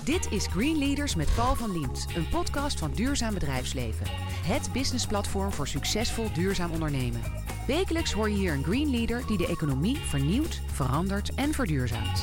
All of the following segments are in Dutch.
Dit is Green Leaders met Paul van Liemt, een podcast van Duurzaam Bedrijfsleven. Het businessplatform voor succesvol duurzaam ondernemen. Wekelijks hoor je hier een Green Leader die de economie vernieuwt, verandert en verduurzaamt.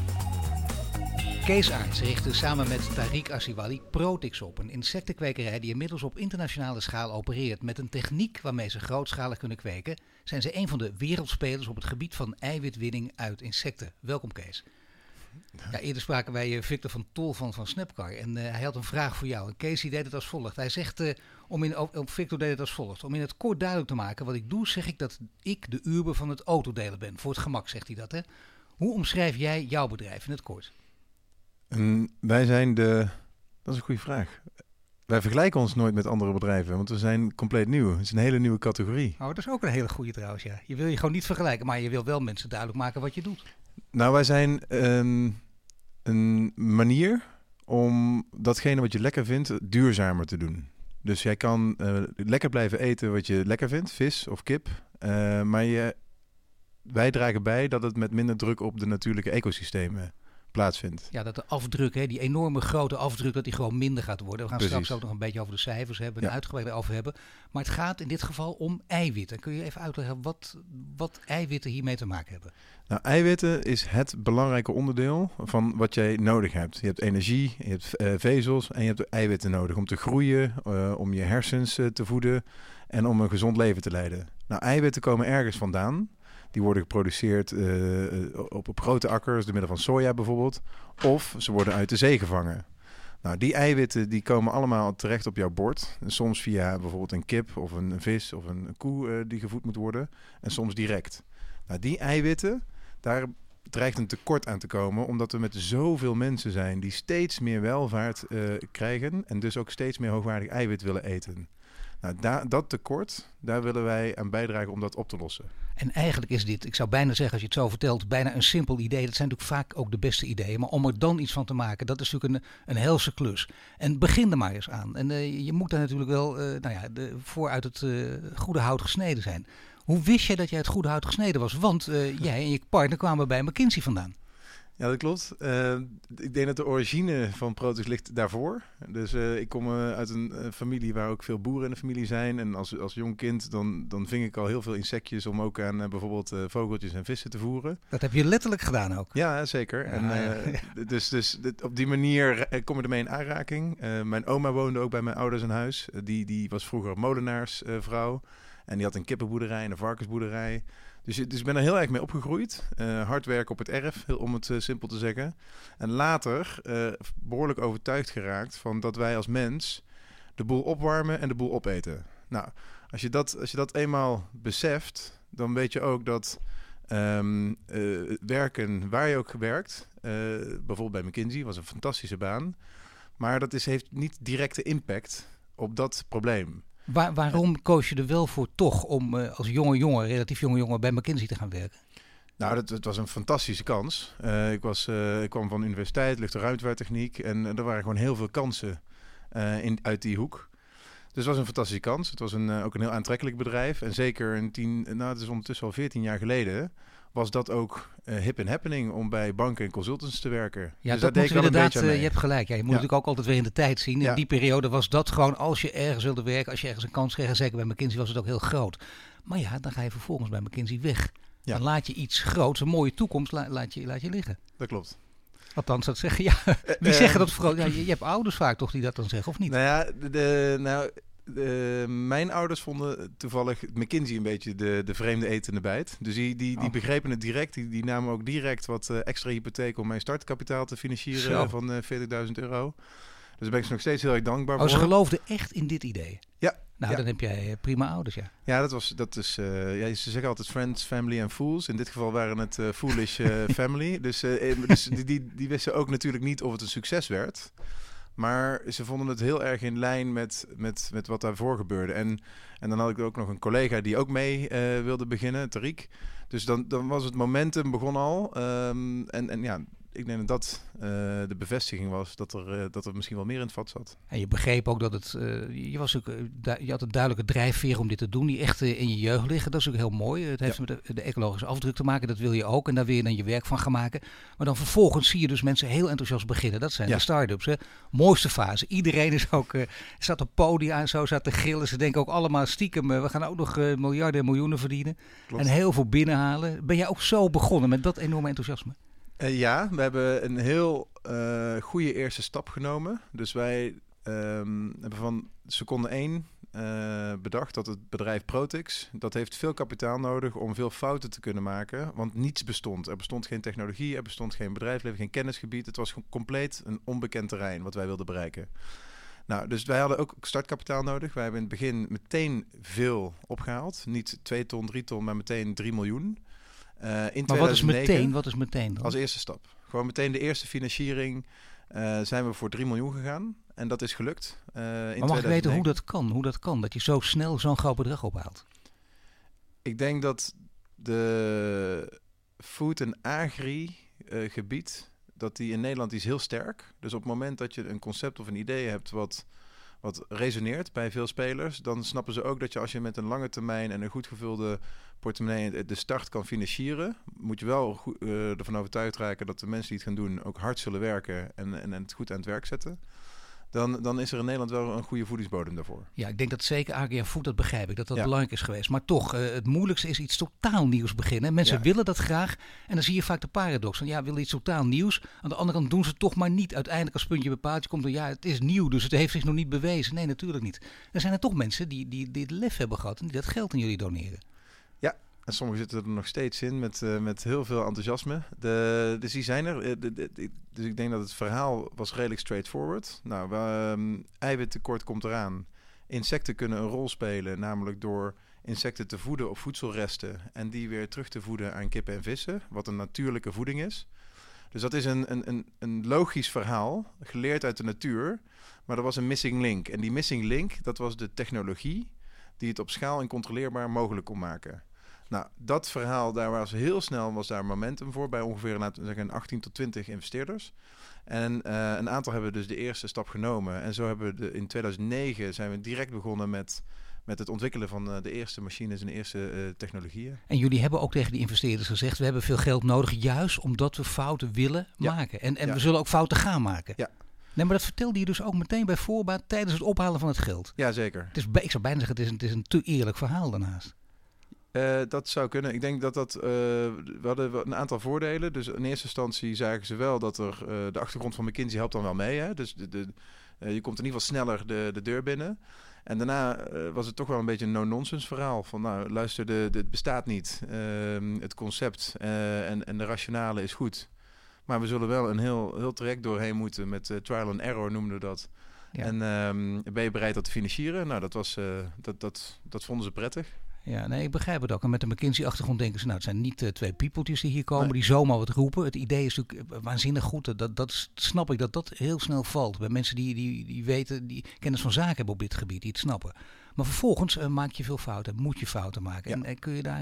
Kees Aerts richtte samen met Tariq Asiwali Protix op, een insectenkwekerij die inmiddels op internationale schaal opereert. Met een techniek waarmee ze grootschalig kunnen kweken, zijn ze een van de wereldspelers op het gebied van eiwitwinning uit insecten. Welkom Kees. Ja, eerder spraken wij Victor van Tol van Snapcar en hij had een vraag voor jou. En Kees deed het als volgt. Hij zegt, Victor deed het als volgt. Om in het kort duidelijk te maken wat ik doe, zeg ik dat ik de Uber van het autodelen ben. Voor het gemak zegt hij dat. Hè? Hoe omschrijf jij jouw bedrijf in het kort? Wij zijn dat is een goede vraag. Wij vergelijken ons nooit met andere bedrijven, want we zijn compleet nieuw. Het is een hele nieuwe categorie. Oh, dat is ook een hele goede trouwens, ja. Je wil je gewoon niet vergelijken, maar je wil wel mensen duidelijk maken wat je doet. Nou, wij zijn een manier om datgene wat je lekker vindt duurzamer te doen. Dus jij kan lekker blijven eten wat je lekker vindt, vis of kip. Maar wij dragen bij dat het met minder druk op de natuurlijke ecosystemen plaatsvindt. Ja, dat de afdruk, die enorme grote afdruk, dat die gewoon minder gaat worden. We gaan straks ook nog een beetje over de cijfers hebben en uitgebreid over hebben. Maar het gaat in dit geval om eiwitten. Kun je even uitleggen wat eiwitten hiermee te maken hebben? Nou, eiwitten is het belangrijke onderdeel van wat jij nodig hebt. Je hebt energie, je hebt vezels en je hebt eiwitten nodig om te groeien, om je hersens te voeden en om een gezond leven te leiden. Nou, eiwitten komen ergens vandaan. Die worden geproduceerd op grote akkers, door middel van soja bijvoorbeeld. Of ze worden uit de zee gevangen. Nou, die eiwitten die komen allemaal terecht op jouw bord. En soms via bijvoorbeeld een kip of een vis of een koe die gevoed moet worden. En soms direct. Nou, die eiwitten, daar dreigt een tekort aan te komen. Omdat we met zoveel mensen zijn die steeds meer welvaart krijgen. En dus ook steeds meer hoogwaardig eiwit willen eten. Nou, dat tekort, daar willen wij aan bijdragen om dat op te lossen. En eigenlijk is dit, ik zou bijna zeggen als je het zo vertelt, bijna een simpel idee. Dat zijn natuurlijk vaak ook de beste ideeën. Maar om er dan iets van te maken, dat is natuurlijk een helse klus. En begin er maar eens aan. En je moet daar natuurlijk wel voor uit het goede hout gesneden zijn. Hoe wist jij dat jij het goede hout gesneden was? Want jij en je partner kwamen bij McKinsey vandaan. Ja, dat klopt. Ik denk dat de origine van Protix ligt daarvoor. Dus ik kom uit een familie waar ook veel boeren in de familie zijn. En als jong kind dan ving ik al heel veel insectjes om ook aan bijvoorbeeld vogeltjes en vissen te voeren. Dat heb je letterlijk gedaan ook? Ja, zeker. Ja, Dus op die manier kom je ermee in aanraking. Mijn oma woonde ook bij mijn ouders in huis. Die was vroeger molenaarsvrouw. En die had een kippenboerderij en een varkensboerderij. Dus ik ben er heel erg mee opgegroeid. Hard werken op het erf, om het simpel te zeggen. En later behoorlijk overtuigd geraakt van dat wij als mens de boel opwarmen en de boel opeten. Nou, als je dat eenmaal beseft, dan weet je ook dat werken waar je ook gewerkt, bijvoorbeeld bij McKinsey, was een fantastische baan. Maar dat heeft niet directe impact op dat probleem. Waarom koos je er wel voor toch om als relatief jonge jongen bij McKinsey te gaan werken? Nou, het was een fantastische kans. Ik kwam van de universiteit, lucht- en ruimtevaarttechniek. En er waren gewoon heel veel kansen uit die hoek. Dus het was een fantastische kans. Het was ook een heel aantrekkelijk bedrijf. En zeker het is ondertussen al 14 jaar geleden, was dat ook hip en happening om bij banken en consultants te werken. Ja, dus dat moet inderdaad, je hebt gelijk. Ja, je moet natuurlijk ook altijd weer in de tijd zien. In die periode was dat gewoon, als je ergens wilde werken, als je ergens een kans kreeg, en zeker bij McKinsey was het ook heel groot. Maar ja, dan ga je vervolgens bij McKinsey weg. Ja. Dan laat je iets groots, een mooie toekomst, laat je liggen. Dat klopt. Althans, dat zeggen, wie zeggen dat vooral? Ja, je hebt ouders vaak toch die dat dan zeggen, of niet? Nou ja, mijn ouders vonden toevallig McKinsey een beetje de vreemde etende bijt. Dus die begrepen het direct. Die namen ook direct wat extra hypotheek om mijn startkapitaal te financieren van €40.000. Dus daar ben ik nog steeds heel erg dankbaar voor. Ze geloofden echt in dit idee? Ja. Nou, dan heb jij prima ouders, ja. Ja, ze zeggen altijd friends, family en fools. In dit geval waren het foolish family. Dus die wisten ook natuurlijk niet of het een succes werd. Maar ze vonden het heel erg in lijn met wat daarvoor gebeurde. En dan had ik ook nog een collega die ook mee wilde beginnen, Tariq. Dus dan was het momentum begon al. ik denk dat de bevestiging was dat er misschien wel meer in het vat zat. En je begreep ook dat je had een duidelijke drijfveer om dit te doen, die echt in je jeugd liggen. Dat is ook heel mooi. Het heeft met de ecologische afdruk te maken, dat wil je ook. En daar wil je dan je werk van gaan maken. Maar dan vervolgens zie je dus mensen heel enthousiast beginnen. Dat zijn de start-ups. Hè. Mooiste fase. Iedereen is ook, staat op podia en zo, staat te gillen. Ze denken ook allemaal stiekem, we gaan ook nog miljarden en miljoenen verdienen. Klopt. En heel veel binnenhalen. Ben jij ook zo begonnen met dat enorme enthousiasme? Ja, we hebben een heel goede eerste stap genomen. Dus wij hebben van seconde 1 bedacht dat het bedrijf Protix, dat heeft veel kapitaal nodig om veel fouten te kunnen maken. Want niets bestond. Er bestond geen technologie, er bestond geen bedrijfsleven, geen kennisgebied. Het was compleet een onbekend terrein wat wij wilden bereiken. Nou, dus wij hadden ook startkapitaal nodig. Wij hebben in het begin meteen veel opgehaald. Niet 2 ton, 3 ton, maar meteen 3 miljoen. Maar 2009, wat is meteen dan? Als eerste stap. Gewoon meteen de eerste financiering zijn we voor 3 miljoen gegaan. En dat is gelukt. Maar mag ik weten hoe dat kan? Dat je zo snel zo'n groot bedrag ophaalt? Ik denk dat de food- en agri-gebied, dat die in Nederland is heel sterk. Dus op het moment dat je een concept of een idee hebt wat resoneert bij veel spelers, dan snappen ze ook dat je als je met een lange termijn en een goed gevulde portemonnee de start kan financieren, moet je wel ervan overtuigd raken dat de mensen die het gaan doen ook hard zullen werken en het goed aan het werk zetten. Dan is er in Nederland wel een goede voedingsbodem daarvoor. Ja, ik denk dat zeker Agria Food, dat begrijp ik, dat belangrijk is geweest. Maar toch, het moeilijkste is iets totaal nieuws beginnen. Mensen willen dat graag. En dan zie je vaak de paradox van, willen iets totaal nieuws. Aan de andere kant doen ze het toch maar niet. Uiteindelijk als puntje bepaald komt er, het is nieuw, dus het heeft zich nog niet bewezen. Nee, natuurlijk niet. Er zijn er toch mensen die dit lef hebben gehad en die dat geld aan jullie doneren. Ja. En sommigen zitten er nog steeds in met heel veel enthousiasme. Dus die zijn er. Dus ik denk dat het verhaal was redelijk straightforward. Nou, eiwittekort komt eraan. Insecten kunnen een rol spelen, namelijk door insecten te voeden op voedselresten en die weer terug te voeden aan kippen en vissen, wat een natuurlijke voeding is. Dus dat is een logisch verhaal, geleerd uit de natuur, maar er was een missing link. En die missing link, dat was de technologie die het op schaal en controleerbaar mogelijk kon maken. Nou, dat verhaal, daar was heel snel momentum voor bij ongeveer, laten we zeggen, 18 tot 20 investeerders. En een aantal hebben dus de eerste stap genomen. En zo hebben we in 2009 zijn we direct begonnen met het ontwikkelen van de eerste machines en de eerste technologieën. En jullie hebben ook tegen die investeerders gezegd, we hebben veel geld nodig, juist omdat we fouten willen maken. En we zullen ook fouten gaan maken. Ja. Nee, maar dat vertelde je dus ook meteen bij voorbaat tijdens het ophalen van het geld. Ja, zeker. Ik zou bijna zeggen, het is een te eerlijk verhaal daarnaast. Dat zou kunnen. Ik denk dat we hadden een aantal voordelen. Dus in eerste instantie zagen ze wel dat er de achtergrond van McKinsey helpt dan wel mee. Hè? Dus je komt in ieder geval sneller de deur binnen. En daarna was het toch wel een beetje een no-nonsense verhaal. Van nou, luister, het bestaat niet. Het concept en de rationale is goed. Maar we zullen wel een heel traject doorheen moeten. Met trial and error noemden we dat. Ja. En ben je bereid dat te financieren? Nou, dat vonden ze prettig. Ja, nee, ik begrijp het ook. En met de McKinsey-achtergrond denken ze, het zijn niet 2 piepeltjes die hier komen, die zomaar wat roepen. Het idee is natuurlijk waanzinnig goed. Dat snap ik dat heel snel valt. Bij mensen die weten, die kennis van zaken hebben op dit gebied, die het snappen. Maar vervolgens maak je veel fouten, moet je fouten maken. Ja. En kun je daar...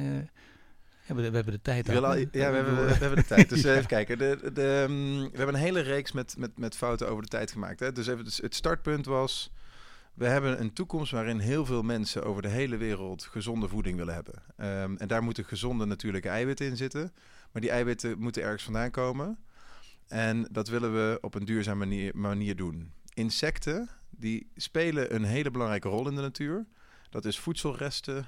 we hebben de tijd. We hebben de tijd. Dus even kijken. We hebben een hele reeks met fouten over de tijd gemaakt. Hè? Dus even het startpunt was, we hebben een toekomst waarin heel veel mensen over de hele wereld gezonde voeding willen hebben. En daar moeten gezonde natuurlijke eiwitten in zitten. Maar die eiwitten moeten ergens vandaan komen. En dat willen we op een duurzame manier doen. Insecten, die spelen een hele belangrijke rol in de natuur. Dat is voedselresten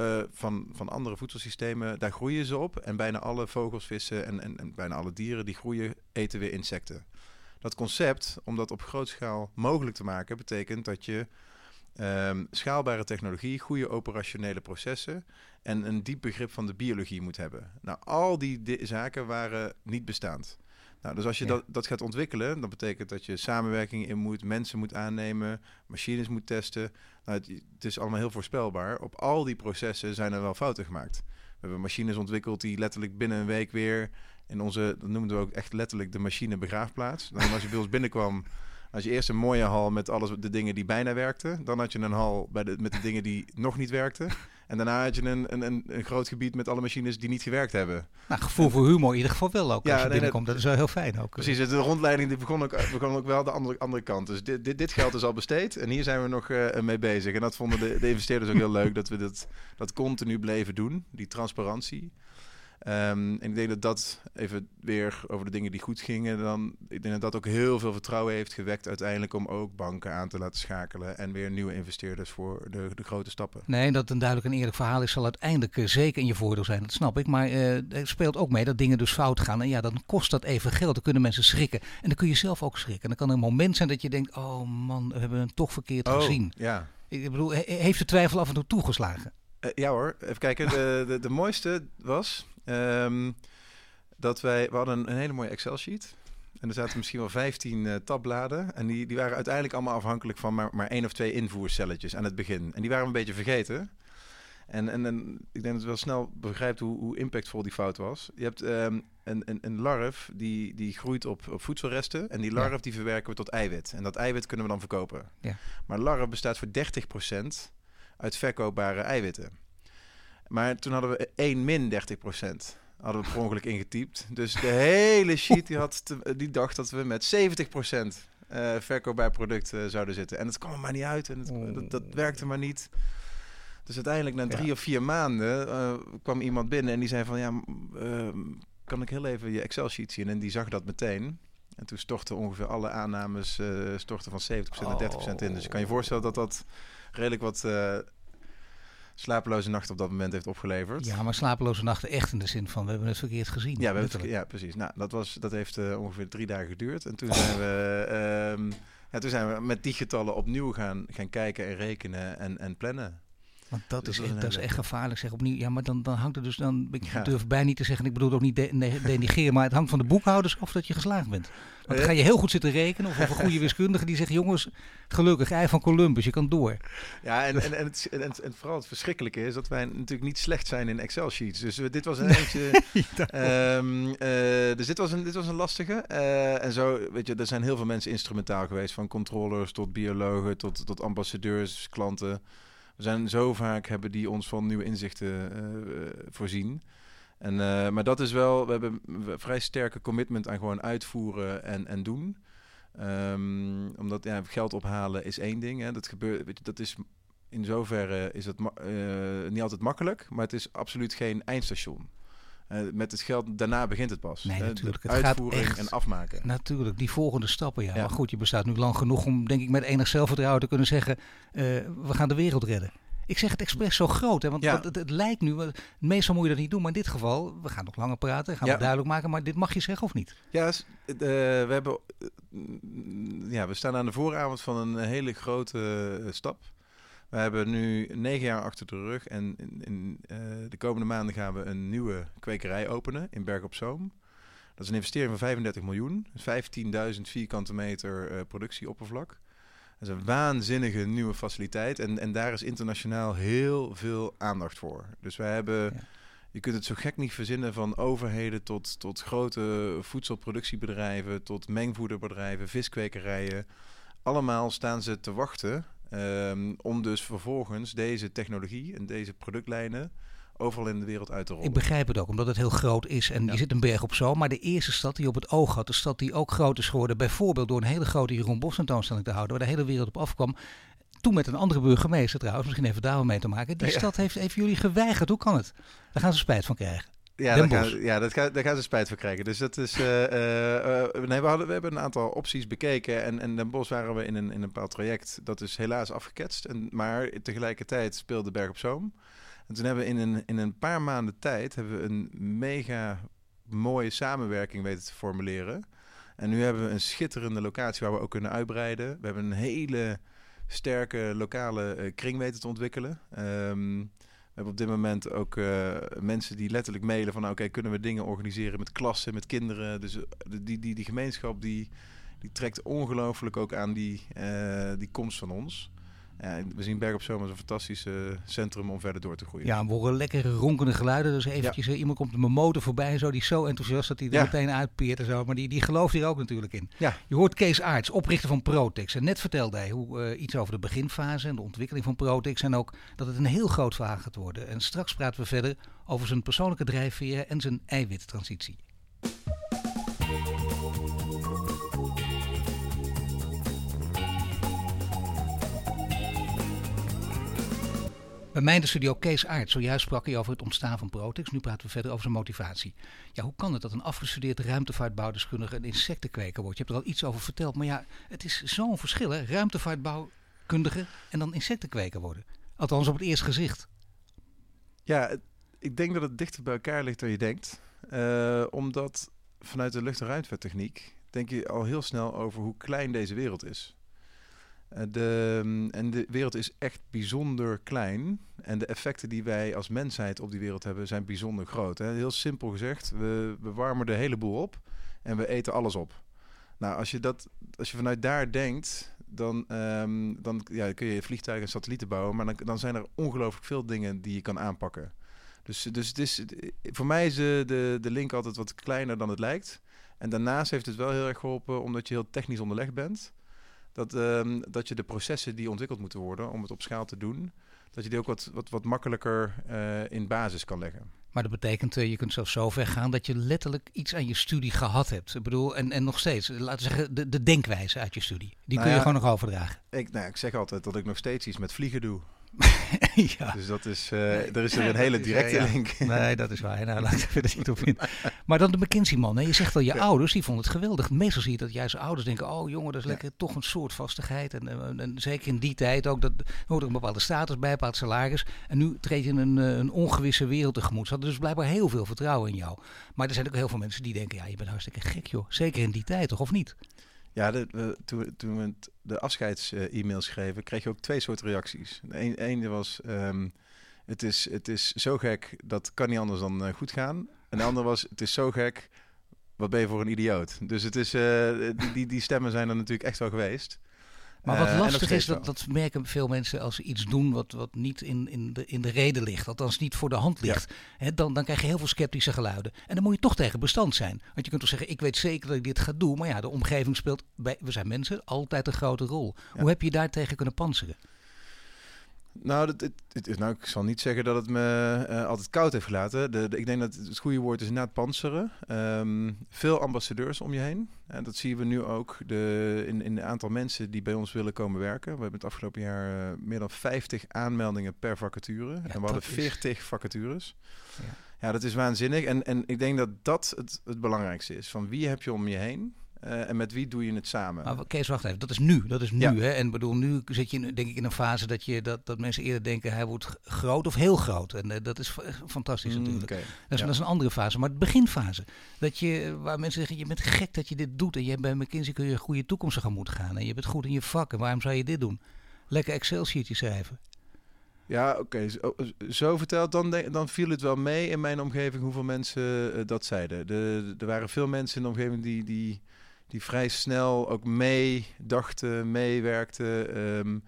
van andere voedselsystemen. Daar groeien ze op. En bijna alle vogels, vissen en bijna alle dieren die groeien, eten weer insecten. Dat concept, om dat op grote schaal mogelijk te maken, betekent dat je schaalbare technologie, goede operationele processen en een diep begrip van de biologie moet hebben. Nou, al die zaken waren niet bestaand. Nou, dus als je dat gaat ontwikkelen, dan betekent dat je samenwerking in moet, mensen moet aannemen, machines moet testen. Nou, het is allemaal heel voorspelbaar. Op al die processen zijn er wel fouten gemaakt. We hebben machines ontwikkeld die letterlijk binnen een week weer in dat noemden we ook echt letterlijk de machine begraafplaats. Dan als je bij ons binnenkwam, als je eerst een mooie hal met de dingen die bijna werkten. Dan had je een hal met de dingen die nog niet werkten. En daarna had je een groot gebied met alle machines die niet gewerkt hebben. Nou, gevoel voor humor in ieder geval wel ook als je binnenkomt. Dat is wel heel fijn ook. Precies, de rondleiding die begon ook wel de andere kant. Dus dit geld is al besteed en hier zijn we nog mee bezig. En dat vonden de investeerders ook heel leuk, dat we dat continu bleven doen, die transparantie. En ik denk dat even weer over de dingen die goed gingen. Ik denk dat ook heel veel vertrouwen heeft gewekt uiteindelijk om ook banken aan te laten schakelen en weer nieuwe investeerders voor de grote stappen. Nee, dat een duidelijk en eerlijk verhaal is, zal uiteindelijk zeker in je voordeel zijn. Dat snap ik. Maar er speelt ook mee dat dingen dus fout gaan. En ja, dan kost dat even geld. Dan kunnen mensen schrikken. En dan kun je zelf ook schrikken. En dan kan er een moment zijn dat je denkt, oh man, we hebben hem toch verkeerd gezien. Ja. Ik bedoel, heeft de twijfel af en toe toegeslagen? Ja hoor, even kijken. De mooiste was dat we hadden een hele mooie Excel-sheet. En er zaten misschien wel 15 tabbladen. En die waren uiteindelijk allemaal afhankelijk van maar 1 of 2 invoercelletjes aan het begin. En die waren we een beetje vergeten. En ik denk dat je wel snel begrijpt hoe impactvol die fout was. Je hebt een larf die groeit op voedselresten. En die larf die verwerken we tot eiwit. En dat eiwit kunnen we dan verkopen. Ja. Maar larf bestaat voor 30% uit verkoopbare eiwitten. Maar toen hadden we 1 - 30%. Hadden we per ongeluk ingetypt. Dus de hele sheet die dacht dat we met 70% verkoopbaar product zouden zitten. En dat kwam er maar niet uit. En dat werkte maar niet. Dus uiteindelijk na 3 of 4 maanden kwam iemand binnen en die zei van kan ik heel even je Excel-sheet zien? En die zag dat meteen. En toen stortten ongeveer alle aannames van 70% naar 30% in. Dus je kan je voorstellen dat redelijk wat slapeloze nachten op dat moment heeft opgeleverd. Ja, maar slapeloze nachten echt in de zin van we hebben het verkeerd gezien. Ja, precies. Nou, dat heeft ongeveer 3 dagen geduurd. En toen zijn we met die getallen opnieuw gaan kijken en rekenen en plannen. Want dat is echt gevaarlijk, zeg opnieuw. Ja, maar dan hangt er dus ik durf bijna niet te zeggen, ik bedoel ook niet denigeren, maar het hangt van de boekhouders af dat je geslaagd bent. Want dan ga je heel goed zitten rekenen of een goede wiskundige die zegt, jongens, gelukkig, ei van Columbus, je kan door. Ja, en vooral het verschrikkelijke is dat wij natuurlijk niet slecht zijn in Excel-sheets. Dus dit was een eentje. Dus dit was een lastige. En zo, weet je, er zijn heel veel mensen instrumentaal geweest, van controllers tot biologen tot ambassadeurs, klanten. We zijn zo vaak hebben die ons van nieuwe inzichten voorzien. Maar dat is wel, we hebben een vrij sterke commitment aan gewoon uitvoeren en doen. Omdat geld ophalen is één ding. Hè. Dat gebeurt, weet je, dat is in zoverre is het niet altijd makkelijk, maar het is absoluut geen eindstation. Met het geld, daarna begint het pas. Nee, natuurlijk. Het uitvoering gaat echt, en afmaken. Natuurlijk, die volgende stappen, ja. Maar goed, je bestaat nu lang genoeg om, denk ik, met enig zelfvertrouwen te kunnen zeggen, we gaan de wereld redden. Ik zeg het expres zo groot, hè, want het lijkt nu, meestal moet je dat niet doen, maar in dit geval, we gaan nog langer praten, gaan we duidelijk maken, maar dit mag je zeggen of niet? Ja, we staan aan de vooravond van een hele grote stap. We hebben nu 9 jaar achter de rug en in de komende maanden gaan we een nieuwe kwekerij openen in Bergen op Zoom. Dat is een investering van 35 miljoen, 15.000 vierkante meter productieoppervlak. Dat is een waanzinnige nieuwe faciliteit en daar is internationaal heel veel aandacht voor. Dus wij hebben, je kunt het zo gek niet verzinnen, van overheden tot grote voedselproductiebedrijven, tot mengvoederbedrijven, viskwekerijen. Allemaal staan ze te wachten om dus vervolgens deze technologie en deze productlijnen overal in de wereld uit te rollen. Ik begrijp het ook, omdat het heel groot is en je zit een berg op Zoom. Maar de eerste stad die op het oog had, de stad die ook groot is geworden, bijvoorbeeld door een hele grote Jeroen Bosch tentoonstelling te houden, waar de hele wereld op afkwam. Toen met een andere burgemeester trouwens, misschien even daar wel mee te maken. Die stad heeft jullie geweigerd. Hoe kan het? Daar gaan ze spijt van krijgen. Ja, daar gaan ze spijt van krijgen. Dus dat is. We hebben een aantal opties bekeken. En Den Bosch waren we in een bepaald traject. Dat is helaas afgeketst. Maar tegelijkertijd speelde Berg op Zoom. En toen hebben we in een paar maanden tijd hebben we een mega mooie samenwerking weten te formuleren. En nu hebben we een schitterende locatie waar we ook kunnen uitbreiden. We hebben een hele sterke lokale kring weten te ontwikkelen. We hebben op dit moment ook mensen die letterlijk mailen van oké, kunnen we dingen organiseren met klassen, met kinderen. Dus die gemeenschap die trekt ongelooflijk ook aan die komst van ons. Ja, we zien Berg op Zoom als een fantastisch centrum om verder door te groeien. Ja, we horen lekkere ronkende geluiden. Dus eventjes, iemand komt met mijn motor voorbij en zo. Die is zo enthousiast dat hij er meteen uitpeert en zo. Maar die gelooft hier ook natuurlijk in. Ja. Je hoort Kees Aerts, oprichter van Protex. En net vertelde hij iets over de beginfase en de ontwikkeling van Protex. En ook dat het een heel groot verhaal gaat worden. En straks praten we verder over zijn persoonlijke drijfveren en zijn eiwittransitie. Bij mij in de studio Kees Aerts. Zojuist sprak hij over het ontstaan van Protex. Nu praten we verder over zijn motivatie. Ja, hoe kan het dat een afgestudeerd ruimtevaartbouwdeskundige een insectenkweker wordt? Je hebt er al iets over verteld. Maar ja, het is zo'n verschil, hè? Ruimtevaartbouwkundige en dan insectenkweker worden. Althans op het eerste gezicht. Ja, ik denk dat het dichter bij elkaar ligt dan je denkt. Omdat vanuit de lucht- en ruimtevaarttechniek denk je al heel snel over hoe klein deze wereld is. En de wereld is echt bijzonder klein. En de effecten die wij als mensheid op die wereld hebben zijn bijzonder groot. Hè? Heel simpel gezegd, we warmen de hele boel op en we eten alles op. Nou, als je vanuit daar denkt, dan kun je vliegtuigen en satellieten bouwen. Maar dan zijn er ongelooflijk veel dingen die je kan aanpakken. Dus het is, voor mij is de link altijd wat kleiner dan het lijkt. En daarnaast heeft het wel heel erg geholpen omdat je heel technisch onderlegd bent. Dat je de processen die ontwikkeld moeten worden om het op schaal te doen, dat je die ook wat makkelijker in basis kan leggen. Maar dat betekent, je kunt zelfs zo ver gaan dat je letterlijk iets aan je studie gehad hebt. Ik bedoel, en nog steeds, laten we zeggen, de denkwijze uit je studie. Die kun je gewoon nog overdragen. Ik zeg altijd dat ik nog steeds iets met vliegen doe. Ja. Dus dat is, er is er een hele directe link. Nee, dat is waar. Nou, laat ik er niet op in. Maar dan de McKinsey-man. Hè? Je zegt al, je ouders, die vonden het geweldig. Meestal zie je dat juist ouders denken, oh jongen, dat is lekker, toch een soort vastigheid. En zeker in die tijd ook, dat hoort er een bepaalde status bij, een bepaald salaris. En nu treed je een ongewisse wereld tegemoet. Ze hadden dus blijkbaar heel veel vertrouwen in jou. Maar er zijn ook heel veel mensen die denken, ja, je bent hartstikke gek joh. Zeker in die tijd, toch? Of niet? Ja, toen we de afscheids-e-mail schreven, kreeg je ook 2 soorten reacties. Eén was, het is zo gek, dat kan niet anders dan goed gaan. En de andere was, het is zo gek, wat ben je voor een idioot. Dus het is, die stemmen zijn er natuurlijk echt wel geweest. Maar wat lastig is, dat merken veel mensen als ze iets doen wat niet in de reden ligt. Althans niet voor de hand ligt. Ja. Dan krijg je heel veel sceptische geluiden. En dan moet je toch tegen bestand zijn. Want je kunt toch zeggen, ik weet zeker dat ik dit ga doen. Maar ja, de omgeving speelt, we zijn mensen, altijd een grote rol. Ja. Hoe heb je daar tegen kunnen panseren? Nou, ik zal niet zeggen dat het me altijd koud heeft gelaten. Ik denk dat het goede woord is inderdaad panseren. Veel ambassadeurs om je heen. En dat zien we nu ook in de aantal mensen die bij ons willen komen werken. We hebben het afgelopen jaar meer dan 50 aanmeldingen per vacature. Ja, en we hadden 40 vacatures. Ja, dat is waanzinnig. En ik denk dat dat het belangrijkste is. Van wie heb je om je heen? En met wie doe je het samen? Maar Kees, wacht even. Dat is nu. Ja. Hè? En bedoel, nu zit je denk ik in een fase dat mensen eerder denken hij wordt groot of heel groot. En dat is fantastisch natuurlijk. Okay. Dat is een andere fase. Maar de beginfase. Waar mensen zeggen, je bent gek dat je dit doet. En je bij McKinsey kun je een goede toekomst tegemoet gaan. En je bent goed in je vak. En waarom zou je dit doen? Lekker Excel-sheetjes schrijven. Ja, oké. Zo verteld, dan viel het wel mee in mijn omgeving hoeveel mensen dat zeiden. Er waren veel mensen in de omgeving die vrij snel ook meedachten, meewerkten.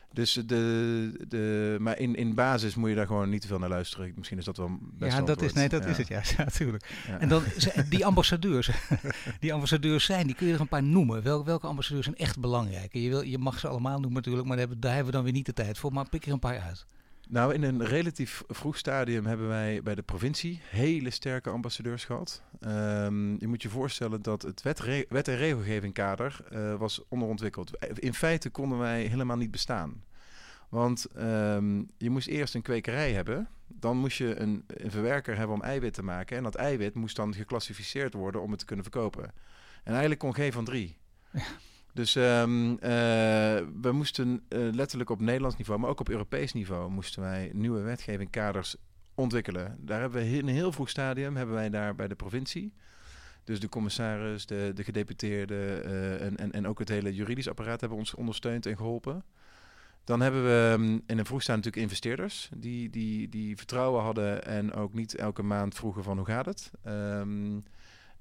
Maar in basis moet je daar gewoon niet te veel naar luisteren. Misschien is dat wel best wel dat is het juist, ja, natuurlijk. Ja. En dan die ambassadeurs, die kun je er een paar noemen. Welke ambassadeurs zijn echt belangrijk? Je mag ze allemaal noemen natuurlijk, maar daar hebben we dan weer niet de tijd voor. Maar pik er een paar uit. Nou, in een relatief vroeg stadium hebben wij bij de provincie hele sterke ambassadeurs gehad. Je moet je voorstellen dat het wet- en regelgevingkader was onderontwikkeld. In feite konden wij helemaal niet bestaan. Want je moest eerst een kwekerij hebben. Dan moest je een verwerker hebben om eiwit te maken. En dat eiwit moest dan geclassificeerd worden om het te kunnen verkopen. En eigenlijk kon geen van 3. Ja. Dus we moesten letterlijk op Nederlands niveau, maar ook op Europees niveau, moesten wij nieuwe wetgevingkaders ontwikkelen. Daar hebben we in een heel vroeg stadium daar bij de provincie. Dus de commissaris, de gedeputeerde en ook het hele juridisch apparaat hebben ons ondersteund en geholpen. Dan hebben we in een vroeg stadium natuurlijk investeerders die vertrouwen hadden en ook niet elke maand vroegen van hoe gaat het.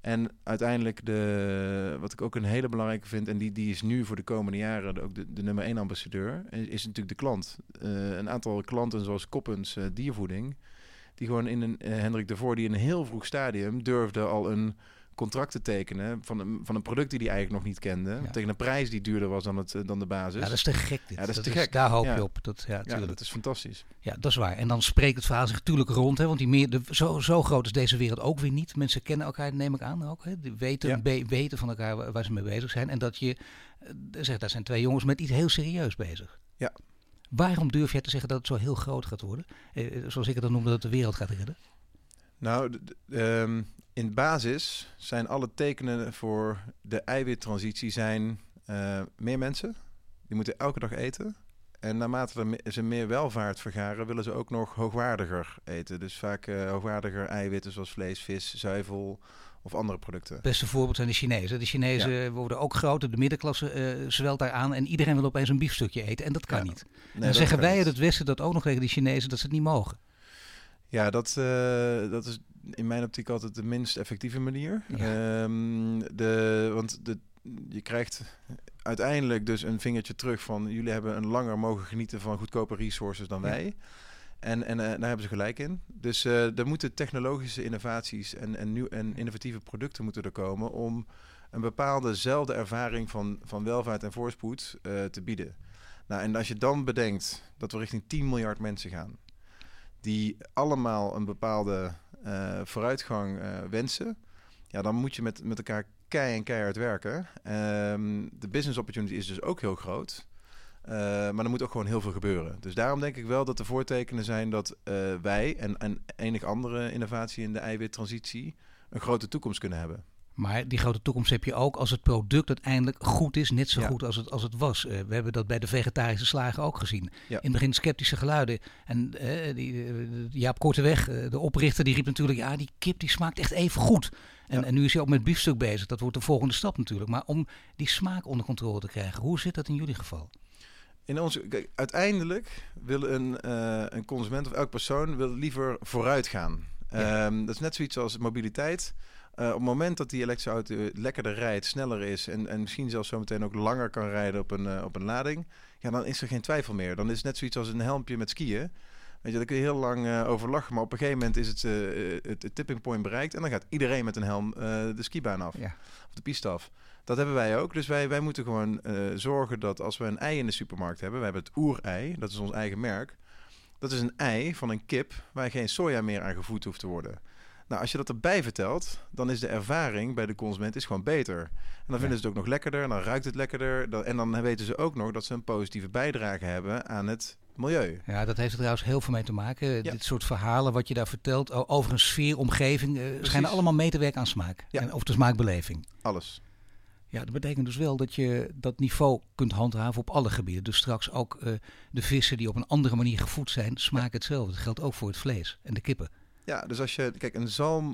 En uiteindelijk, wat ik ook een hele belangrijke vind, en die is nu voor de komende jaren ook de nummer 1 ambassadeur, is natuurlijk de klant. Een aantal klanten zoals Koppens Diervoeding, die gewoon Hendrik de Voor, die in een heel vroeg stadium durfde al een contract te tekenen van een product die hij eigenlijk nog niet kende. Ja. Tegen een prijs die duurder was dan de basis. Ja, dat is te gek dit. Ja, dat is te gek. Daar hoop je op. Dat is fantastisch. Ja, dat is waar. En dan spreekt het verhaal zich natuurlijk rond. Hè, want zo groot is deze wereld ook weer niet. Mensen kennen elkaar, neem ik aan ook. Hè. Die weten van elkaar waar ze mee bezig zijn. En dat je zegt, daar zijn 2 jongens met iets heel serieus bezig. Ja. Waarom durf jij te zeggen dat het zo heel groot gaat worden? Zoals ik het dan noemde, dat de wereld gaat redden? Nou, in basis zijn alle tekenen voor de eiwittransitie zijn meer mensen. Die moeten elke dag eten. En naarmate ze meer welvaart vergaren, willen ze ook nog hoogwaardiger eten. Dus vaak hoogwaardiger eiwitten zoals vlees, vis, zuivel of andere producten. Het beste voorbeeld zijn de Chinezen. De Chinezen worden ook groter, de middenklasse zwelt daar aan en iedereen wil opeens een biefstukje eten. En dat kan niet. Nee, dan zeggen wij uit het Westen dat ook nog tegen die Chinezen dat ze het niet mogen. Ja, dat is in mijn optiek altijd de minst effectieve manier. Ja. Je krijgt uiteindelijk dus een vingertje terug van jullie hebben een langer mogen genieten van goedkope resources dan wij. En daar hebben ze gelijk in. Dus er moeten technologische innovaties en innovatieve producten moeten er komen om een bepaaldezelfde ervaring van welvaart en voorspoed te bieden. Nou, en als je dan bedenkt dat we richting 10 miljard mensen gaan, die allemaal een bepaalde vooruitgang wensen, ja, dan moet je met elkaar keihard werken. De business opportunity is dus ook heel groot. Maar er moet ook gewoon heel veel gebeuren. Dus daarom denk ik wel dat de voortekenen zijn dat wij en enige andere innovatie in de eiwittransitie een grote toekomst kunnen hebben. Maar die grote toekomst heb je ook als het product uiteindelijk goed is, net zo goed als het was. We hebben dat bij de vegetarische slager ook gezien. Ja. In het begin sceptische geluiden. En Jaap Korteweg, de oprichter, die riep natuurlijk, ja, die kip die smaakt echt even goed. En nu is hij ook met biefstuk bezig. Dat wordt de volgende stap natuurlijk. Maar om die smaak onder controle te krijgen, hoe zit dat in jullie geval? Uiteindelijk wil een consument of elk persoon wil liever vooruit gaan. Ja. Dat is net zoiets als mobiliteit. Op het moment dat die elektrische auto lekkerder rijdt, sneller is en misschien zelfs zometeen ook langer kan rijden op een lading, ja, dan is er geen twijfel meer. Dan is het net zoiets als een helmpje met skiën. Weet je, daar kun je heel lang over lachen, maar op een gegeven moment is het tipping point bereikt en dan gaat iedereen met een helm de skibaan af. Ja. Of de piste af. Dat hebben wij ook. Dus wij moeten gewoon zorgen dat als we een ei in de supermarkt hebben, we hebben het oerei, dat is ons eigen merk. Dat is een ei van een kip waar geen soja meer aan gevoed hoeft te worden. Nou, als je dat erbij vertelt, dan is de ervaring bij de consument gewoon beter. En dan vinden ze het ook nog lekkerder, en dan ruikt het lekkerder. En dan weten ze ook nog dat ze een positieve bijdrage hebben aan het milieu. Ja, dat heeft er trouwens heel veel mee te maken. Ja. Dit soort verhalen wat je daar vertelt over een sfeer, omgeving, schijnen allemaal mee te werken aan smaak. Ja. Of de smaakbeleving. Alles. Ja, dat betekent dus wel dat je dat niveau kunt handhaven op alle gebieden. Dus straks ook de vissen die op een andere manier gevoed zijn, smaken hetzelfde. Dat geldt ook voor het vlees en de kippen. Ja, dus als je... Kijk, een zalm,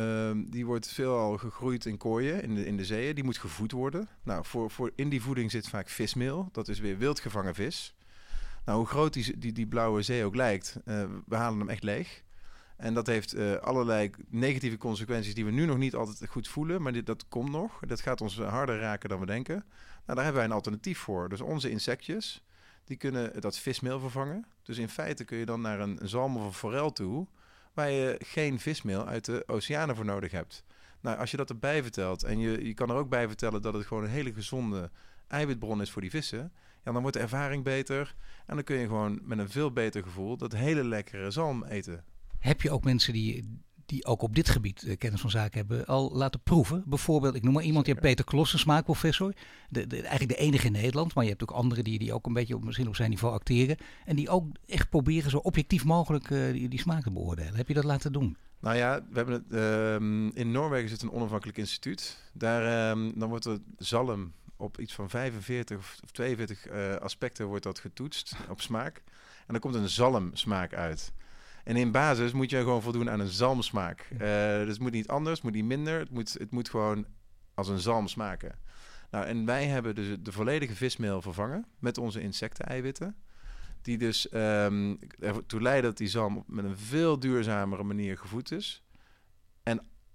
die wordt veelal gegroeid in kooien in de zeeën. Die moet gevoed worden. Nou, in die voeding zit vaak vismeel. Dat is weer wild gevangen vis. Nou, hoe groot die blauwe zee ook lijkt, we halen hem echt leeg. En dat heeft allerlei negatieve consequenties die we nu nog niet altijd goed voelen. Maar dat komt nog. Dat gaat ons harder raken dan we denken. Nou, daar hebben wij een alternatief voor. Dus onze insectjes, die kunnen dat vismeel vervangen. Dus in feite kun je dan naar een zalm of een forel toe, waar je geen vismeel uit de oceanen voor nodig hebt. Nou, als je dat erbij vertelt en je kan er ook bij vertellen dat het gewoon een hele gezonde eiwitbron is voor die vissen, ja, dan wordt de ervaring beter en dan kun je gewoon met een veel beter gevoel dat hele lekkere zalm eten. Heb je ook mensen die ook op dit gebied kennis van zaken hebben al laten proeven? Bijvoorbeeld, ik noem maar iemand, je hebt Peter Klossen, smaakprofessor. Eigenlijk de enige in Nederland, maar je hebt ook anderen die ook een beetje misschien op zijn niveau acteren. En die ook echt proberen zo objectief mogelijk die smaak te beoordelen. Heb je dat laten doen? Nou ja, we hebben het, in Noorwegen zit een onafhankelijk instituut. Daar dan wordt er zalm op iets van 45 of 42 aspecten wordt dat getoetst op smaak. En dan komt een zalmsmaak uit. En in basis moet je gewoon voldoen aan een zalmsmaak. Dus het moet niet anders, het moet niet minder. Het moet gewoon als een zalm smaken. Nou, en wij hebben dus de volledige vismeel vervangen met onze insecten-eiwitten. Die dus ertoe leiden dat die zalm met een veel duurzamere manier gevoed is. En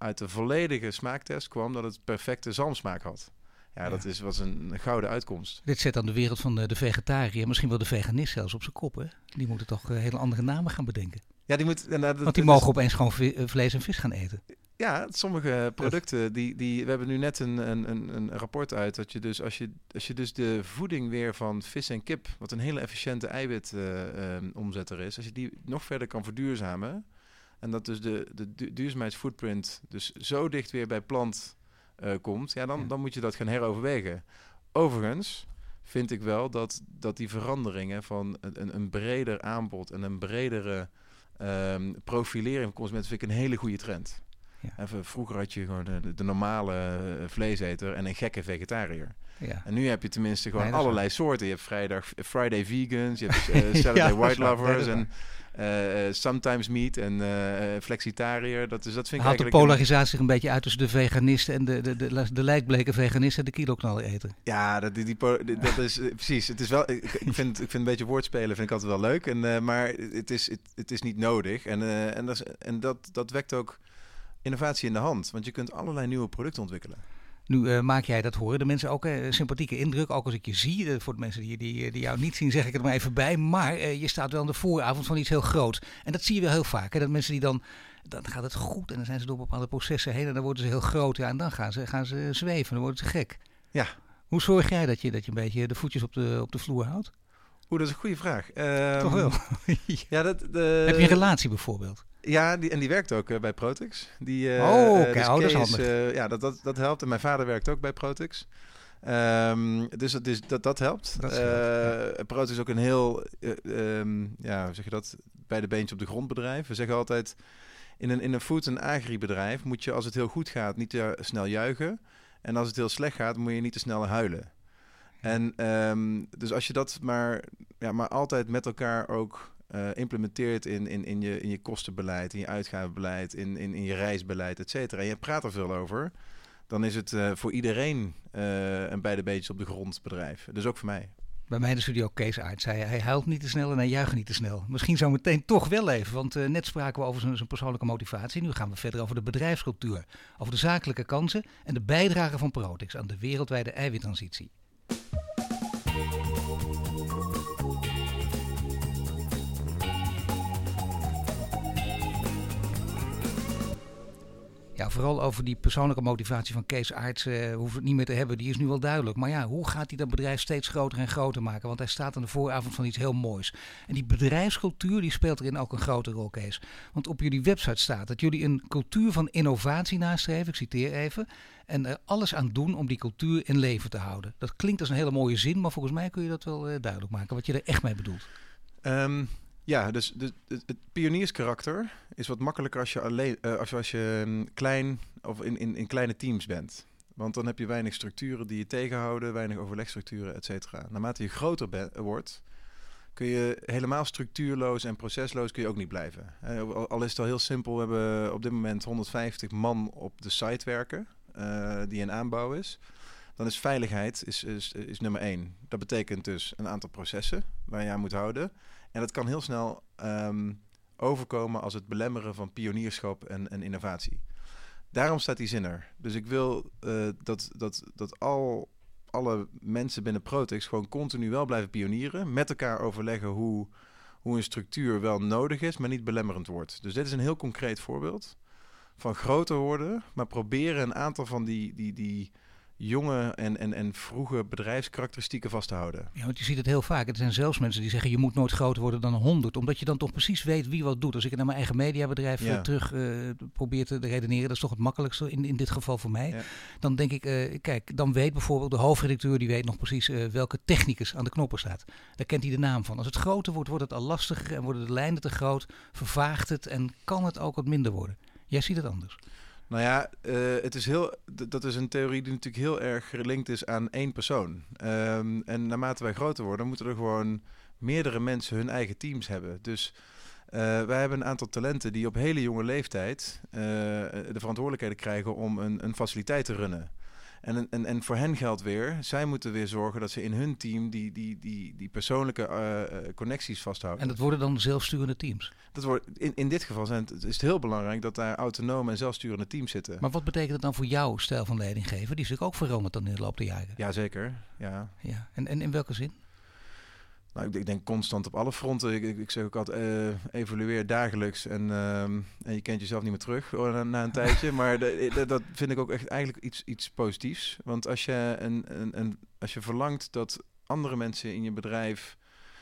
uit de volledige smaaktest kwam dat het perfecte zalmsmaak had. Ja, dat was een gouden uitkomst. Dit zet dan de wereld van de vegetariër, misschien wel de veganist zelfs op zijn kop. Hè? Die moeten toch hele andere namen gaan bedenken. Ja, Want die mogen opeens gewoon vlees en vis gaan eten. Ja, sommige producten, we hebben nu net een rapport uit dat je dus als je dus de voeding weer van vis en kip, wat een hele efficiënte eiwitomzetter is, als je die nog verder kan verduurzamen en dat dus de duurzaamheidsfootprint dus zo dicht weer bij plant komt, dan moet je dat gaan heroverwegen. Overigens vind ik wel dat die veranderingen van een breder aanbod en een bredere profilering van consumenten vind ik een hele goede trend. Ja. Vroeger had je gewoon de normale vleeseter en een gekke vegetariër. Ja. En nu heb je tenminste gewoon allerlei soorten. Je hebt Friday vegans, je hebt Saturday white lovers en sometimes meat en flexitariër. Dat vind ik haalt de polarisatie zich een beetje uit tussen de veganisten en de lijkbleke veganisten en de kiloknallen eten. Ja, dat is precies. Het is wel. Ik vind een beetje woordspelen vind ik altijd wel leuk. Maar het is niet nodig. En dat wekt ook innovatie in de hand. Want je kunt allerlei nieuwe producten ontwikkelen. Nu maak jij dat horen de mensen ook sympathieke indruk. Ook als ik je zie, voor de mensen die jou niet zien, zeg ik er maar even bij. Maar je staat wel aan de vooravond van iets heel groots. En dat zie je wel heel vaak. Hè? Dat mensen die dan gaat het goed en dan zijn ze door bepaalde processen heen en dan worden ze heel groot. Ja, en dan gaan ze zweven, dan worden ze gek. Ja. Hoe zorg jij dat je een beetje de voetjes op de vloer houdt? Dat is een goede vraag. Toch wel? Ja, heb je een relatie bijvoorbeeld? Ja, die werkt ook bij Protix. Dat is handig. Dat helpt. En mijn vader werkt ook bij Protix. Dus dat helpt. Protix is ook een heel, hoe zeg je dat, bij de beentje op de grond bedrijf. We zeggen altijd, in een food- en agri-bedrijf moet je, als het heel goed gaat, niet te snel juichen. En als het heel slecht gaat, moet je niet te snel huilen. En dus als je dat maar altijd met elkaar ook implementeert in je kostenbeleid, in je uitgavenbeleid, in je reisbeleid, et cetera. En je praat er veel over, dan is het voor iedereen een bij de beetjes op de grond bedrijf. Dus ook voor mij. Bij mij in de studio Kees Aert zei hij huilt niet te snel en hij juicht niet te snel. Misschien zo meteen toch wel even, want net spraken we over zijn persoonlijke motivatie. Nu gaan we verder over de bedrijfscultuur, over de zakelijke kansen en de bijdrage van Protix aan de wereldwijde eiwittransitie. Ja, vooral over die persoonlijke motivatie van Kees Aerts hoeven we het niet meer te hebben. Die is nu wel duidelijk. Maar ja, hoe gaat hij dat bedrijf steeds groter en groter maken? Want hij staat aan de vooravond van iets heel moois. En die bedrijfscultuur die speelt erin ook een grote rol, Kees. Want op jullie website staat dat jullie een cultuur van innovatie nastreven. Ik citeer even. En er alles aan doen om die cultuur in leven te houden. Dat klinkt als een hele mooie zin, maar volgens mij kun je dat wel duidelijk maken. Wat je er echt mee bedoelt. Ja, dus het pionierskarakter is wat makkelijker als je klein of in kleine teams bent. Want dan heb je weinig structuren die je tegenhouden, weinig overlegstructuren, et cetera. Naarmate je groter wordt, kun je helemaal structuurloos en procesloos kun je ook niet blijven. Al is het al heel simpel, we hebben op dit moment 150 man op de site werken, die in aanbouw is. Dan is veiligheid is nummer 1. Dat betekent dus een aantal processen waar je aan moet houden. En dat kan heel snel overkomen als het belemmeren van pionierschap en innovatie. Daarom staat die zin er. Dus ik wil dat alle mensen binnen Protix gewoon continu wel blijven pionieren. Met elkaar overleggen hoe een structuur wel nodig is, maar niet belemmerend wordt. Dus dit is een heel concreet voorbeeld van groter worden, maar proberen een aantal van die jonge en vroege bedrijfskarakteristieken vast te houden. Ja, want je ziet het heel vaak. Er zijn zelfs mensen die zeggen je moet nooit groter worden dan 100. Omdat je dan toch precies weet wie wat doet. Als ik naar mijn eigen mediabedrijf terug probeer te redeneren. Dat is toch het makkelijkste in dit geval voor mij. Ja. Dan denk ik, kijk, dan weet bijvoorbeeld de hoofdredacteur die weet nog precies welke technicus aan de knoppen staat. Daar kent hij de naam van. Als het groter wordt, wordt het al lastiger en worden de lijnen te groot. Vervaagt het en kan het ook wat minder worden. Jij ziet het anders. Nou ja, dat is een theorie die natuurlijk heel erg gelinkt is aan één persoon. En naarmate wij groter worden, moeten er gewoon meerdere mensen hun eigen teams hebben. Dus wij hebben een aantal talenten die op hele jonge leeftijd de verantwoordelijkheden krijgen om een faciliteit te runnen. En voor hen geldt weer, zij moeten weer zorgen dat ze in hun team die persoonlijke connecties vasthouden. En dat worden dan zelfsturende teams? Dat wordt, in dit geval is het heel belangrijk dat daar autonome en zelfsturende teams zitten. Maar wat betekent dat dan voor jouw stijl van leidinggeven? Die is natuurlijk ook veranderd dan in de loop der jaren. Jazeker, ja. En in welke zin? Nou, ik denk constant op alle fronten. Ik zeg ook altijd, evolueer dagelijks en je kent jezelf niet meer terug na een tijdje. Maar dat vind ik ook echt eigenlijk iets positiefs. Want als je verlangt dat andere mensen in je bedrijf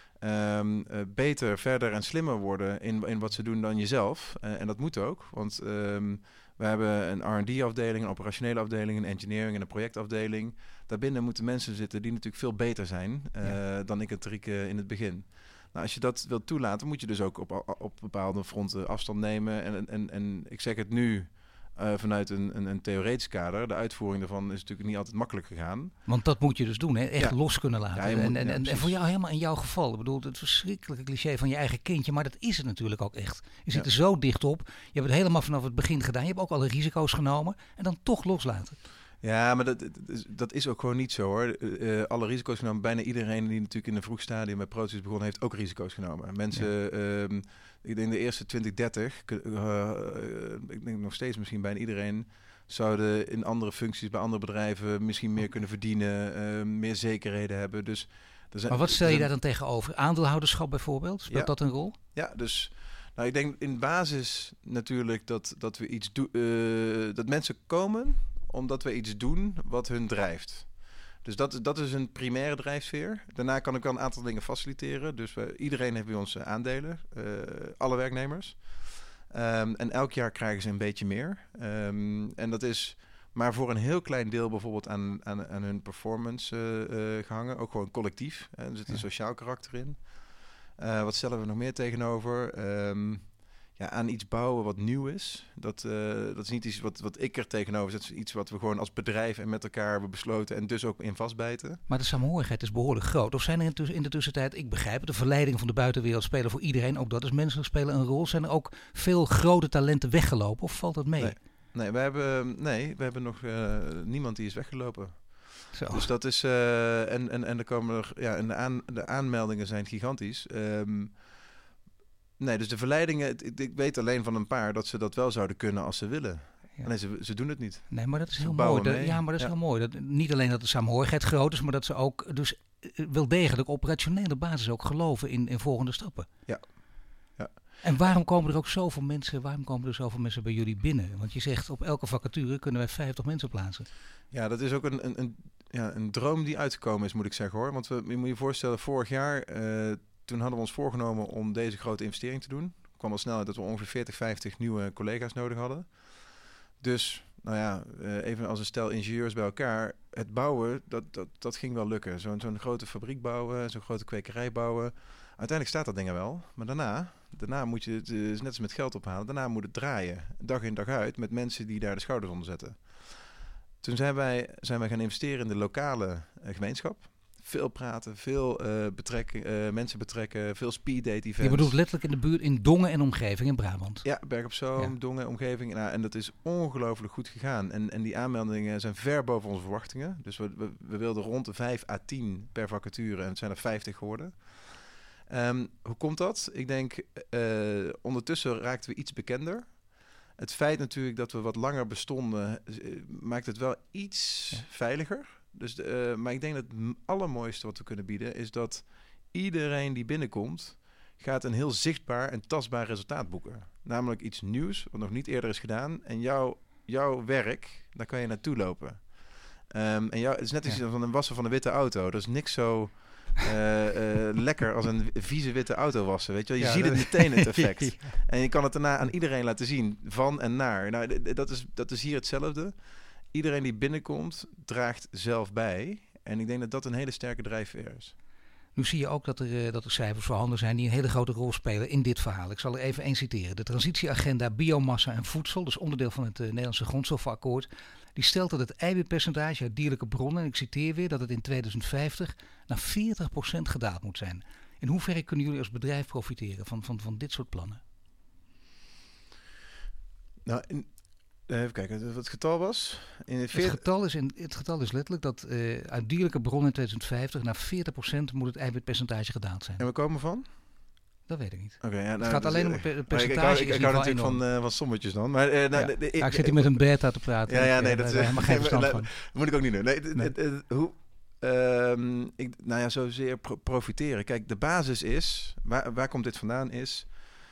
beter, verder en slimmer worden in wat ze doen dan jezelf. En dat moet ook, want we hebben een R&D-afdeling, een operationele afdeling, een engineering en een projectafdeling. Daarbinnen moeten mensen zitten die natuurlijk veel beter zijn dan ik het Rieke in het begin. Nou, als je dat wilt toelaten, moet je dus ook op bepaalde fronten afstand nemen. En ik zeg het nu vanuit een theoretisch kader. De uitvoering daarvan is natuurlijk niet altijd makkelijk gegaan. Want dat moet je dus doen, hè? Echt los kunnen laten. Ja, en voor jou helemaal in jouw geval. Ik bedoel, het verschrikkelijke cliché van je eigen kindje. Maar dat is het natuurlijk ook echt. Je zit er zo dicht op. Je hebt het helemaal vanaf het begin gedaan. Je hebt ook alle risico's genomen. En dan toch loslaten. Ja, maar dat is ook gewoon niet zo, hoor. Alle risico's genomen. Bijna iedereen die natuurlijk in een vroeg stadium met Proces begon, heeft ook risico's genomen. Mensen, ik denk de eerste 20, 30, ik denk nog steeds misschien bijna iedereen, zouden in andere functies bij andere bedrijven misschien meer kunnen verdienen, meer zekerheden hebben. Dus, maar wat stel je daar dan tegenover? Aandeelhouderschap bijvoorbeeld? Speelt dat een rol? Ja, dus ik denk in basis natuurlijk dat we iets doen, dat mensen komen omdat we iets doen wat hun drijft. Dus dat is een primaire drijfveer. Daarna kan ik wel een aantal dingen faciliteren. Dus iedereen heeft bij ons aandelen. Alle werknemers. En elk jaar krijgen ze een beetje meer. En dat is maar voor een heel klein deel bijvoorbeeld aan hun performance gehangen. Ook gewoon collectief. Er zit een sociaal karakter in. Wat stellen we nog meer tegenover? Aan iets bouwen wat nieuw is. Dat is niet iets wat ik er tegenover zet. Dat is iets wat we gewoon als bedrijf en met elkaar hebben besloten en dus ook in vastbijten. Maar de samenhorigheid is behoorlijk groot. Of zijn er in de tussentijd, ik begrijp het, de verleiding van de buitenwereld spelen voor iedereen. Ook dat is menselijk spelen een rol. Zijn er ook veel grote talenten weggelopen of valt dat mee? Nee, we hebben nog niemand die is weggelopen. Zo. Dus dat is... en er komen en de aanmeldingen zijn gigantisch. Nee, dus de verleidingen, ik weet alleen van een paar dat ze dat wel zouden kunnen als ze willen. Ja. Nee, ze doen het niet. Nee, maar dat is heel mooi. Maar dat is heel mooi. Niet alleen dat de samenhorigheid groot is, maar dat ze ook dus wel degelijk op operationele basis ook geloven in volgende stappen. Ja. En waarom komen er ook zoveel mensen bij jullie binnen? Want je zegt op elke vacature kunnen wij 50 mensen plaatsen. Ja, dat is ook een droom die uitgekomen is, moet ik zeggen, hoor. Want je moet je voorstellen, vorig jaar... Toen hadden we ons voorgenomen om deze grote investering te doen. Het kwam al snel uit dat we ongeveer 40, 50 nieuwe collega's nodig hadden. Dus, even als een stel ingenieurs bij elkaar. Het bouwen, dat ging wel lukken. Zo'n grote fabriek bouwen, zo'n grote kwekerij bouwen. Uiteindelijk staat dat ding er wel. Maar daarna moet je, het is net als met geld ophalen, daarna moet het draaien. Dag in dag uit met mensen die daar de schouders onder zetten. Toen zijn wij gaan investeren in de lokale gemeenschap. Veel praten, veel mensen betrekken, veel speeddate events. Je bedoelt letterlijk in de buurt, in Dongen en omgeving in Brabant? Ja, Berg op Zoom, Dongen, omgeving. En dat is ongelooflijk goed gegaan. En die aanmeldingen zijn ver boven onze verwachtingen. Dus we wilden rond de 5 à 10 per vacature en het zijn er 50 geworden. Hoe komt dat? Ik denk, ondertussen raakten we iets bekender. Het feit natuurlijk dat we wat langer bestonden, maakt het wel iets veiliger. Dus maar ik denk dat het allermooiste wat we kunnen bieden is dat iedereen die binnenkomt gaat een heel zichtbaar en tastbaar resultaat boeken. Namelijk iets nieuws wat nog niet eerder is gedaan. En jouw werk, daar kan je naartoe lopen. Het is net iets van een wassen van een witte auto. Dat is niks zo lekker als een vieze witte auto wassen. Weet je wel? Je ziet het meteen het effect. Ja. En je kan het daarna aan iedereen laten zien. Van en naar. Nou, dat is hier hetzelfde. Iedereen die binnenkomt, draagt zelf bij. En ik denk dat dat een hele sterke drijfveer is. Nu zie je ook dat er cijfers voorhanden zijn die een hele grote rol spelen in dit verhaal. Ik zal er even één citeren. De transitieagenda biomassa en voedsel, dus onderdeel van het Nederlandse grondstoffenakkoord, die stelt dat het eiwitpercentage uit dierlijke bronnen, en ik citeer weer, dat het in 2050 naar 40% gedaald moet zijn. In hoeverre kunnen jullie als bedrijf profiteren van dit soort plannen? Nou, Even kijken wat het getal was. Het getal is letterlijk dat uit dierlijke bronnen in 2050 naar 40% moet het eiwitpercentage gedaald zijn. En we komen van? Dat weet ik niet. Okay, het gaat alleen om het percentage. Ik hou natuurlijk van sommetjes dan. Maar, ik zit hier met een beta te praten. Dat is helemaal geen verstand van. Moet ik ook niet doen. Zozeer profiteren. Kijk, de basis is, waar komt dit vandaan is,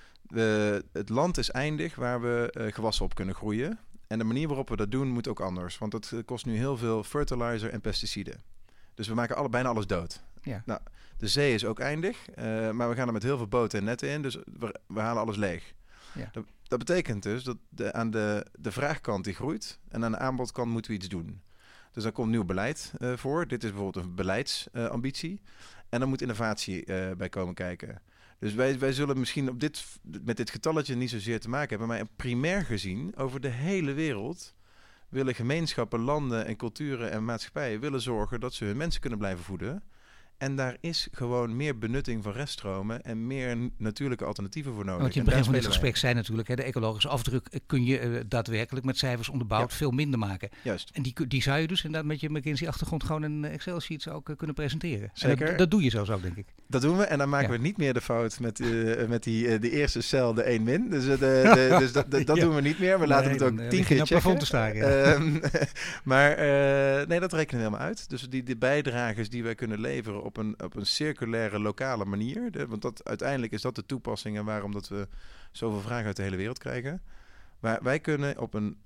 het land is eindig waar we gewassen op kunnen groeien. En de manier waarop we dat doen moet ook anders. Want het kost nu heel veel fertilizer en pesticiden. Dus we maken bijna alles dood. Ja. Nou, de zee is ook eindig, maar we gaan er met heel veel boten en netten in, dus we halen alles leeg. Ja. Dat betekent dus dat aan de vraagkant die groeit en aan de aanbodkant moeten we iets doen. Dus daar komt nieuw beleid voor. Dit is bijvoorbeeld een beleidsambitie. En dan moet innovatie bij komen kijken. Dus wij zullen misschien met dit getalletje niet zozeer te maken hebben, maar primair gezien over de hele wereld willen gemeenschappen, landen en culturen en maatschappijen willen zorgen dat ze hun mensen kunnen blijven voeden. En daar is gewoon meer benutting van reststromen en meer natuurlijke alternatieven voor nodig. Wat je in het begin van dit gesprek zei natuurlijk, de ecologische afdruk kun je daadwerkelijk met cijfers onderbouwd veel minder maken. Juist. En die zou je dus inderdaad met je McKinsey-achtergrond gewoon in Excel-sheets ook kunnen presenteren. Zeker. En dat doe je zo, denk ik. Dat doen we en dan maken we niet meer de fout met die eerste cel, de 1 min. Dus dat doen we niet meer. We laten het ook 10 keer checken. Te staan, maar dat rekenen we helemaal uit. Dus die bijdrages die wij kunnen leveren op een circulaire, lokale manier. Want uiteindelijk is dat de toepassing en waarom dat we zoveel vragen uit de hele wereld krijgen. Maar wij kunnen op een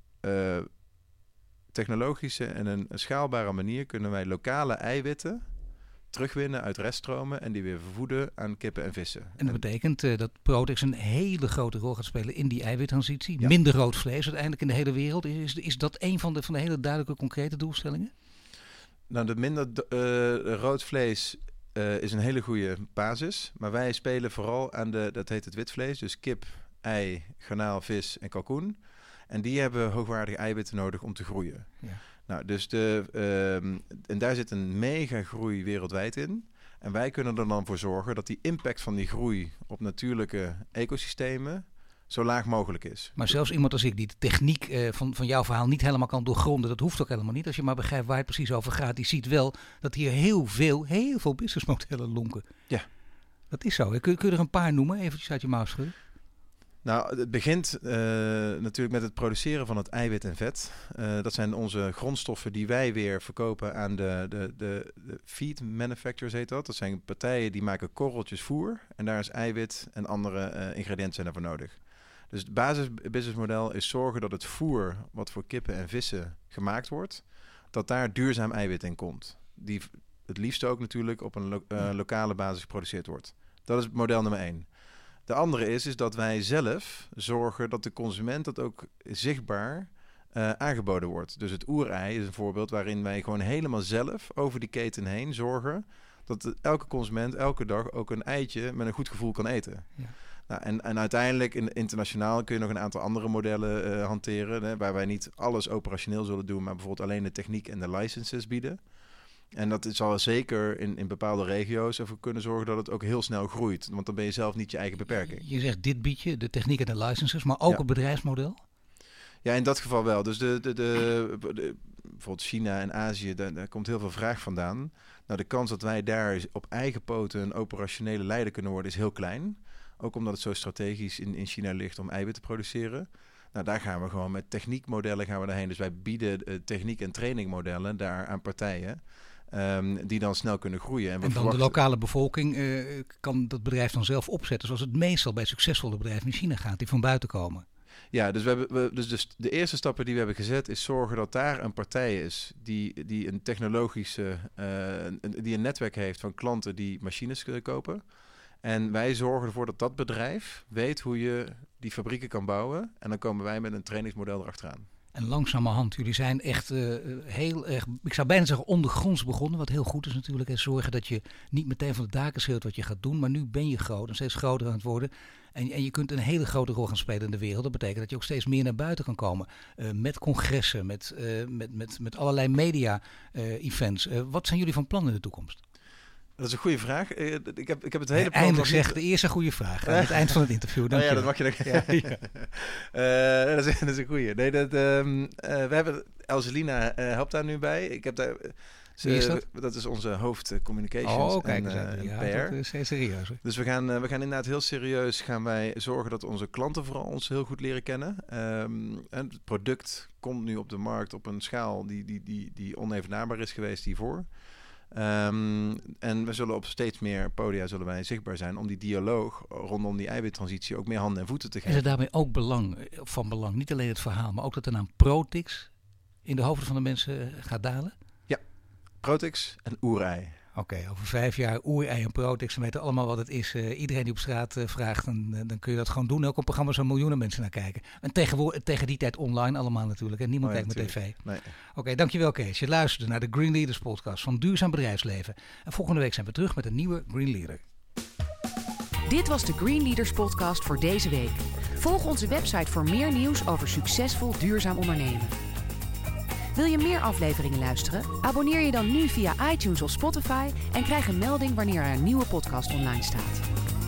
technologische en een schaalbare manier kunnen wij lokale eiwitten terugwinnen uit reststromen en die weer vervoeden aan kippen en vissen. En dat betekent dat Protex een hele grote rol gaat spelen in die eiwittransitie. Ja. Minder rood vlees uiteindelijk in de hele wereld. Is dat een van de hele duidelijke concrete doelstellingen? Nou, de minder rood vlees is een hele goede basis. Maar wij spelen vooral aan dat heet het wit vlees. Dus kip, ei, garnaal, vis en kalkoen. En die hebben hoogwaardige eiwitten nodig om te groeien. Ja. Nou, dus en daar zit een mega groei wereldwijd in. En wij kunnen er dan voor zorgen dat die impact van die groei op natuurlijke ecosystemen zo laag mogelijk is. Maar zelfs iemand als ik die de techniek van jouw verhaal niet helemaal kan doorgronden, dat hoeft ook helemaal niet. Als je maar begrijpt waar het precies over gaat, die ziet wel dat hier heel veel businessmodellen lonken. Ja. Dat is zo. Kun je er een paar noemen, eventjes uit je mouw schudden? Nou, het begint natuurlijk met het produceren van het eiwit en vet. Dat zijn onze grondstoffen die wij weer verkopen aan de feed manufacturers, heet dat. Dat zijn partijen die maken korreltjes voer en daar is eiwit en andere ingrediënten zijn daarvoor nodig. Dus het basisbusinessmodel is zorgen dat het voer wat voor kippen en vissen gemaakt wordt, dat daar duurzaam eiwit in komt. Die het liefst ook natuurlijk op een lokale basis geproduceerd wordt. Dat is model nummer 1. De andere is dat wij zelf zorgen dat de consument dat ook zichtbaar aangeboden wordt. Dus het oerei is een voorbeeld waarin wij gewoon helemaal zelf over die keten heen zorgen dat elke consument elke dag ook een eitje met een goed gevoel kan eten. Ja. Nou, en uiteindelijk internationaal kun je nog een aantal andere modellen hanteren, waar wij niet alles operationeel zullen doen, maar bijvoorbeeld alleen de techniek en de licenses bieden. En dat zal zeker in bepaalde regio's ervoor kunnen zorgen dat het ook heel snel groeit. Want dan ben je zelf niet je eigen beperking. Je zegt dit bied je, de techniek en de licenses, maar ook het bedrijfsmodel? Ja, in dat geval wel. Dus bijvoorbeeld China en Azië, daar komt heel veel vraag vandaan. Nou, de kans dat wij daar op eigen poten een operationele leider kunnen worden is heel klein. Ook omdat het zo strategisch in China ligt om eiwit te produceren. Nou, daar gaan we gewoon met techniekmodellen gaan we daarheen. Dus wij bieden techniek- en trainingmodellen daar aan partijen. Die dan snel kunnen groeien. En dan de lokale bevolking kan dat bedrijf dan zelf opzetten, zoals het meestal bij succesvolle bedrijven in China gaat, die van buiten komen. Ja, dus dus de eerste stappen die we hebben gezet is zorgen dat daar een partij is die een technologische, die een netwerk heeft van klanten die machines kunnen kopen. En wij zorgen ervoor dat dat bedrijf weet hoe je die fabrieken kan bouwen. En dan komen wij met een trainingsmodel erachteraan. En langzamerhand, jullie zijn echt heel erg, ik zou bijna zeggen ondergronds begonnen. Wat heel goed is natuurlijk. En zorgen dat je niet meteen van de daken schreeuwt wat je gaat doen. Maar nu ben je groot en steeds groter aan het worden. En je kunt een hele grote rol gaan spelen in de wereld. Dat betekent dat je ook steeds meer naar buiten kan komen. Met congressen, met allerlei media-events. Wat zijn jullie van plan in de toekomst? Dat is een goede vraag. Ik heb het hele plan eindelijk zegt de eerste goede vraag aan het eind van het interview. Dank dat mag je dan. Ja. Dat is een goede. Nee, we hebben Elselina helpt daar nu bij. Ik heb daar. Wie is dat? Dat is onze hoofd communications kijk, en PR. Dat is heel serieus. Hè? Dus we gaan inderdaad heel serieus zorgen dat onze klanten vooral ons heel goed leren kennen. En het product komt nu op de markt op een schaal die onevenaarbaar is geweest hiervoor. En we zullen op steeds meer podia zichtbaar zijn om die dialoog rondom die eiwittransitie ook meer handen en voeten te geven. Is er daarmee ook van belang, niet alleen het verhaal, maar ook dat de naam Protix in de hoofden van de mensen gaat dalen? Ja, Protix en oerei. Oké, over 5 jaar oerei en Protix, we weten allemaal wat het is. Iedereen die op straat vraagt, dan kun je dat gewoon doen. Ook op programma's waar miljoenen mensen naar kijken. En tegen die tijd online allemaal natuurlijk. En niemand kijkt met tv. Nee. Oké, dankjewel Kees. Je luisterde naar de Green Leaders podcast van Duurzaam Bedrijfsleven. En volgende week zijn we terug met een nieuwe Green Leader. Dit was de Green Leaders podcast voor deze week. Volg onze website voor meer nieuws over succesvol duurzaam ondernemen. Wil je meer afleveringen luisteren? Abonneer je dan nu via iTunes of Spotify en krijg een melding wanneer er een nieuwe podcast online staat.